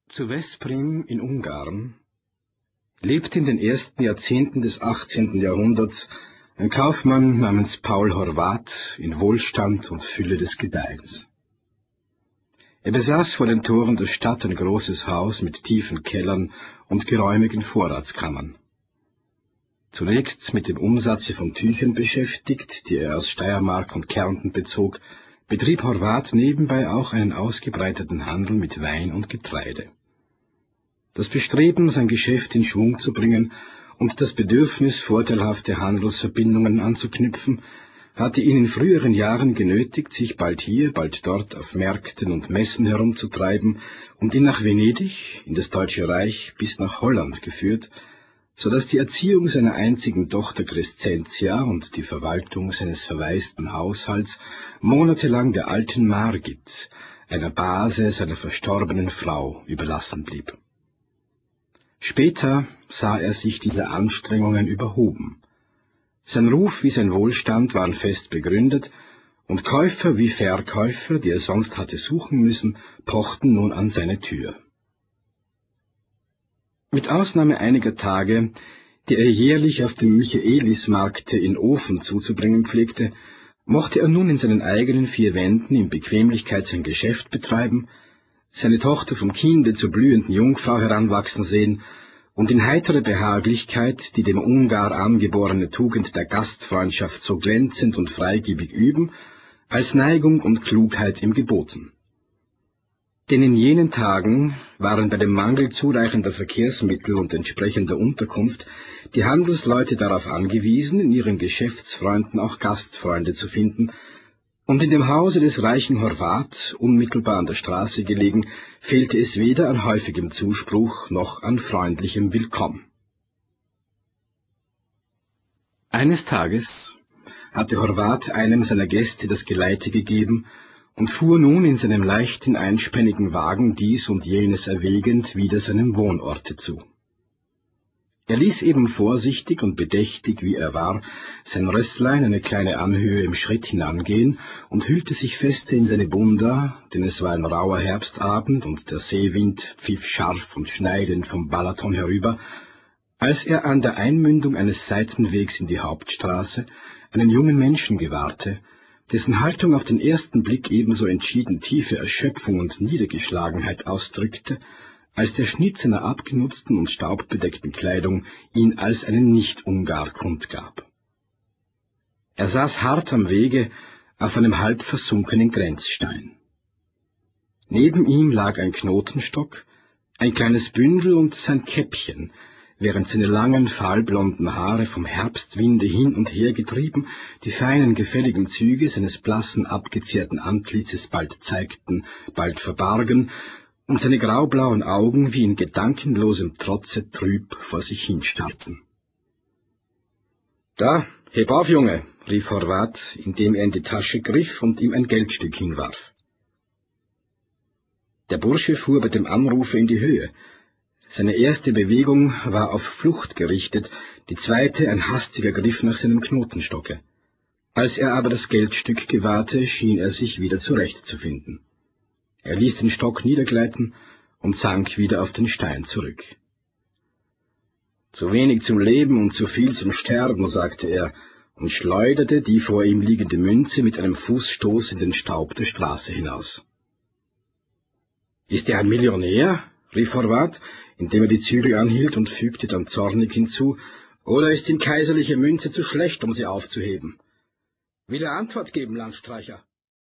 Zu Veszprém in Ungarn lebte in den ersten Jahrzehnten des 18. Jahrhunderts ein Kaufmann namens Paul Horváth in Wohlstand und Fülle des Gedeihens. Er besaß vor den Toren der Stadt ein großes Haus mit tiefen Kellern und geräumigen Vorratskammern. Zunächst mit dem Umsatze von Tüchern beschäftigt, die er aus Steiermark und Kärnten bezog, betrieb Horváth nebenbei auch einen ausgebreiteten Handel mit Wein und Getreide. Das Bestreben, sein Geschäft in Schwung zu bringen und das Bedürfnis, vorteilhafte Handelsverbindungen anzuknüpfen, hatte ihn in früheren Jahren genötigt, sich bald hier, bald dort auf Märkten und Messen herumzutreiben und ihn nach Venedig, in das Deutsche Reich bis nach Holland geführt, so dass die Erziehung seiner einzigen Tochter Crescentia und die Verwaltung seines verwaisten Haushalts monatelang der alten Margit, einer Base seiner verstorbenen Frau, überlassen blieb. Später sah er sich dieser Anstrengungen überhoben. Sein Ruf wie sein Wohlstand waren fest begründet, und Käufer wie Verkäufer, die er sonst hatte suchen müssen, pochten nun an seine Tür. Mit Ausnahme einiger Tage, die er jährlich auf dem Michaelismarkte in Ofen zuzubringen pflegte, mochte er nun in seinen eigenen vier Wänden in Bequemlichkeit sein Geschäft betreiben, seine Tochter vom Kinde zur blühenden Jungfrau heranwachsen sehen und in heitere Behaglichkeit die dem Ungar angeborene Tugend der Gastfreundschaft so glänzend und freigebig üben, als Neigung und Klugheit ihm geboten. Denn in jenen Tagen waren bei dem Mangel zureichender Verkehrsmittel und entsprechender Unterkunft die Handelsleute darauf angewiesen, in ihren Geschäftsfreunden auch Gastfreunde zu finden, und in dem Hause des reichen Horváth, unmittelbar an der Straße gelegen, fehlte es weder an häufigem Zuspruch noch an freundlichem Willkomm. Eines Tages hatte Horváth einem seiner Gäste das Geleite gegeben und fuhr nun in seinem leichten, einspännigen Wagen dies und jenes erwägend wieder seinem Wohnorte zu. Er ließ eben vorsichtig und bedächtig, wie er war, sein Rösslein eine kleine Anhöhe im Schritt hinangehen und hüllte sich feste in seine Bunda, denn es war ein rauer Herbstabend und der Seewind pfiff scharf und schneidend vom Balaton herüber, als er an der Einmündung eines Seitenwegs in die Hauptstraße einen jungen Menschen gewahrte, dessen Haltung auf den ersten Blick ebenso entschieden tiefe Erschöpfung und Niedergeschlagenheit ausdrückte, als der Schnitt seiner abgenutzten und staubbedeckten Kleidung ihn als einen Nicht-Ungar kundgab. Er saß hart am Wege auf einem halb versunkenen Grenzstein. Neben ihm lag ein Knotenstock, ein kleines Bündel und sein Käppchen, während seine langen, fahlblonden Haare vom Herbstwinde hin und her getrieben, die feinen, gefälligen Züge seines blassen, abgezehrten Antlitzes bald zeigten, bald verbargen, und seine graublauen Augen wie in gedankenlosem Trotze trüb vor sich hinstarrten. »Da, heb auf, Junge«, rief Horváth, indem er in die Tasche griff und ihm ein Geldstück hinwarf. Der Bursche fuhr bei dem Anrufe in die Höhe. Seine erste Bewegung war auf Flucht gerichtet, die zweite ein hastiger Griff nach seinem Knotenstocke. Als er aber das Geldstück gewahrte, schien er sich wieder zurechtzufinden. Er ließ den Stock niedergleiten und sank wieder auf den Stein zurück. »Zu wenig zum Leben und zu viel zum Sterben«, sagte er und schleuderte die vor ihm liegende Münze mit einem Fußstoß in den Staub der Straße hinaus. »Ist er ein Millionär?« rief Horváth, indem er die Zügel anhielt, und fügte dann zornig hinzu, »oder ist die kaiserliche Münze zu schlecht, um sie aufzuheben? Will er Antwort geben, Landstreicher?«